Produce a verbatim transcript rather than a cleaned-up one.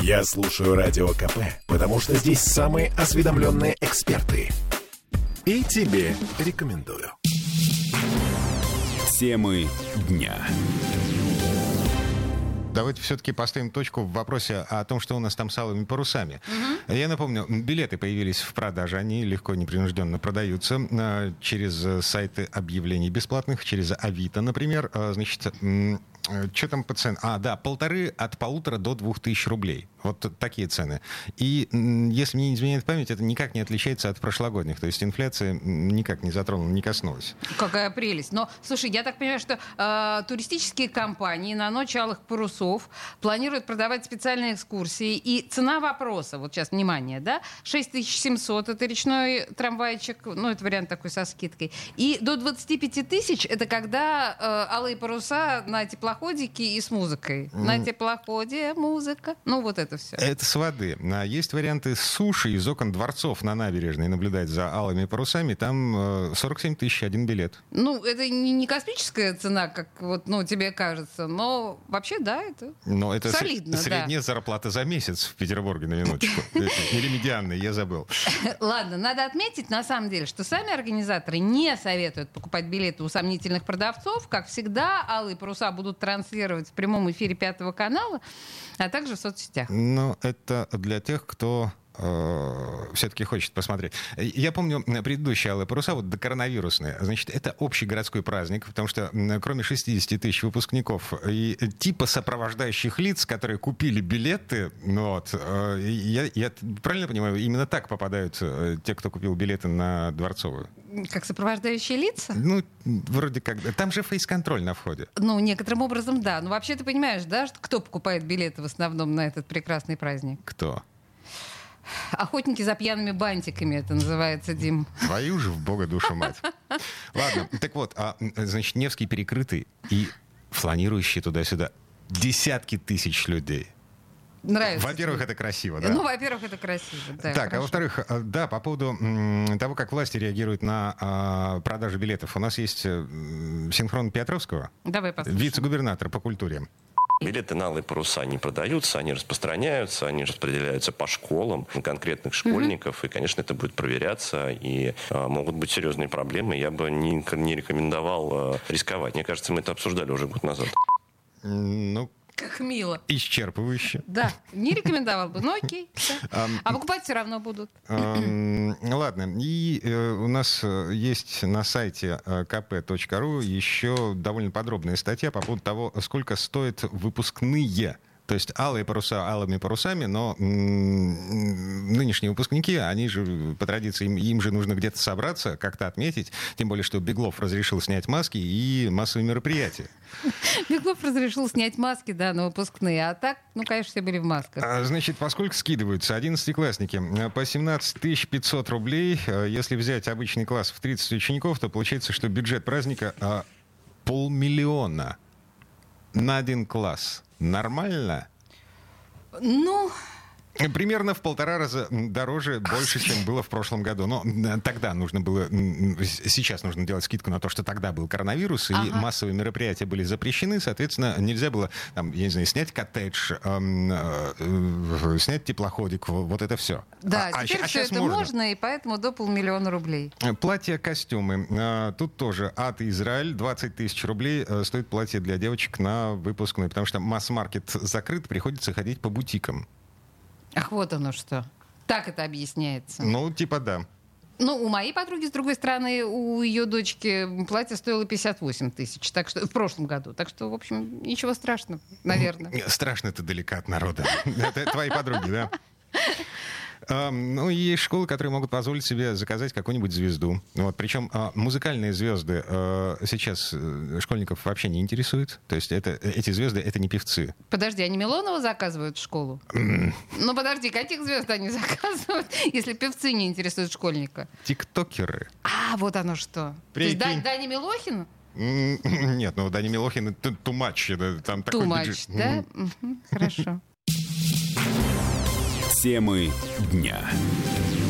Я слушаю Радио КП, потому что здесь самые осведомленные эксперты. И тебе рекомендую. Темы дня. Давайте все-таки поставим точку в вопросе о том, что у нас там с алыми парусами. Угу. Я напомню, билеты появились в продаже, они легко, непринужденно продаются э, через сайты объявлений бесплатных, через Авито, например. Э, значит, э, что там по ценам? А, да, полторы от полутора до двух тысяч рублей. Вот такие цены. И, если мне не изменяет память, это никак не отличается от прошлогодних. То есть инфляция никак не затронула, не коснулась. Какая прелесть. Но, слушай, я так понимаю, что э, туристические компании на Ночь алых парусов планируют продавать специальные экскурсии. И цена вопроса, вот сейчас, внимание, да, шесть тысяч семьсот, это речной трамвайчик, ну, это вариант такой со скидкой. И до двадцать пять тысяч, это когда э, алые паруса на теплоходике и с музыкой. Mm. На теплоходе музыка. Ну, вот это все. Это с воды. А есть варианты с суши из окон дворцов на набережной наблюдать за алыми парусами. Там сорок семь тысяч один билет. Ну, это не космическая цена, как вот, ну, тебе кажется, но вообще, да, это, но это солидно. С- средняя да. зарплата за месяц в Петербурге, на минуточку. Или медианная, я забыл. Ладно, надо отметить, на самом деле, что сами организаторы не советуют покупать билеты у сомнительных продавцов. Как всегда, алые паруса будут транслировать в прямом эфире Пятого канала, а также в соцсетях. Ну, это для тех, кто э, все-таки хочет посмотреть. Я помню предыдущие алые паруса, вот докоронавирусные. Значит, это общий городской праздник, потому что кроме шестьдесят тысяч выпускников и типа сопровождающих лиц, которые купили билеты, ну, вот, э, я, я правильно понимаю, именно так попадают э, те, кто купил билеты на Дворцовую? Как сопровождающие лица? Ну, вроде как. Там же фейс-контроль на входе. Ну, некоторым образом, да. Но вообще ты понимаешь, да, что кто покупает билеты в основном на этот прекрасный праздник? Кто? Охотники за пьяными бантиками это называется, Дим. Твою же в бога душу мать. Ладно, так вот, а, значит, Невский перекрытый и фланирующие туда-сюда десятки тысяч людей. Нравится. Во-первых, это красиво, да? Ну, во-первых, это красиво. Да, так, хорошо. А во-вторых, да, по поводу м, того, как власти реагируют на а, продажу билетов. У нас есть э, синхрон Петровского, Давай послушаем. вице-губернатор по культуре. Билеты на алые паруса не продаются, они распространяются, они распределяются по школам конкретных школьников, mm-hmm. и, конечно, это будет проверяться, и а, могут быть серьезные проблемы. Я бы не, не рекомендовал а, рисковать. Мне кажется, мы это обсуждали уже год назад. Ну, как мило. Исчерпывающе. Да, не рекомендовал бы, но окей. Да. А покупать все равно будут. Ладно, и у нас есть на сайте ка пэ точка ру еще довольно подробная статья по поводу того, сколько стоят выпускные. То есть алые паруса алыми парусами, но м- нынешние выпускники, они же, по традиции, им, им же нужно где-то собраться, как-то отметить. Тем более, что Беглов разрешил снять маски и массовые мероприятия. Беглов разрешил снять маски, да, на выпускные. А так, ну, конечно, все были в масках. А, значит, поскольку скидываются одиннадцатиклассники по семнадцать тысяч пятьсот рублей, если взять обычный класс в тридцать учеников, то получается, что бюджет праздника а, полмиллиона на один класс. Нормально? Ну... Примерно в полтора раза дороже, больше, чем было в прошлом году. Но тогда нужно было... Сейчас нужно делать скидку на то, что тогда был коронавирус, и ага. массовые мероприятия были запрещены. Соответственно, нельзя было, там, я не знаю, снять коттедж, эм, э, снять теплоходик, вот это все. Да, а, теперь а, все а это можно. можно, и поэтому до полмиллиона рублей. Платья, костюмы. Тут тоже Ат Израиль, двадцать тысяч рублей стоит платье для девочек на выпускной, потому что масс-маркет закрыт, приходится ходить по бутикам. Ах, вот оно что. Так это объясняется. Ну, типа да. Ну, у моей подруги, с другой стороны, у ее дочки платье стоило пятьдесят восемь тысяч, так что в прошлом году. Так что, в общем, ничего страшного, наверное. Страшно это далеко от народа. Это твои подруги, да? Ну, и есть школы, которые могут позволить себе заказать какую-нибудь звезду. Вот, причем музыкальные звезды сейчас школьников вообще не интересуют. То есть это, эти звезды — это не певцы. Подожди, они Милонова заказывают в школу? Ну, подожди, каких звезд они заказывают, если певцы не интересуют школьника? Тиктокеры. А, вот оно что. Прикинь. То есть Даня Милохин? Нет, ну Даня Милохин — это too much. Там too much, да? Угу, хорошо. Темы дня.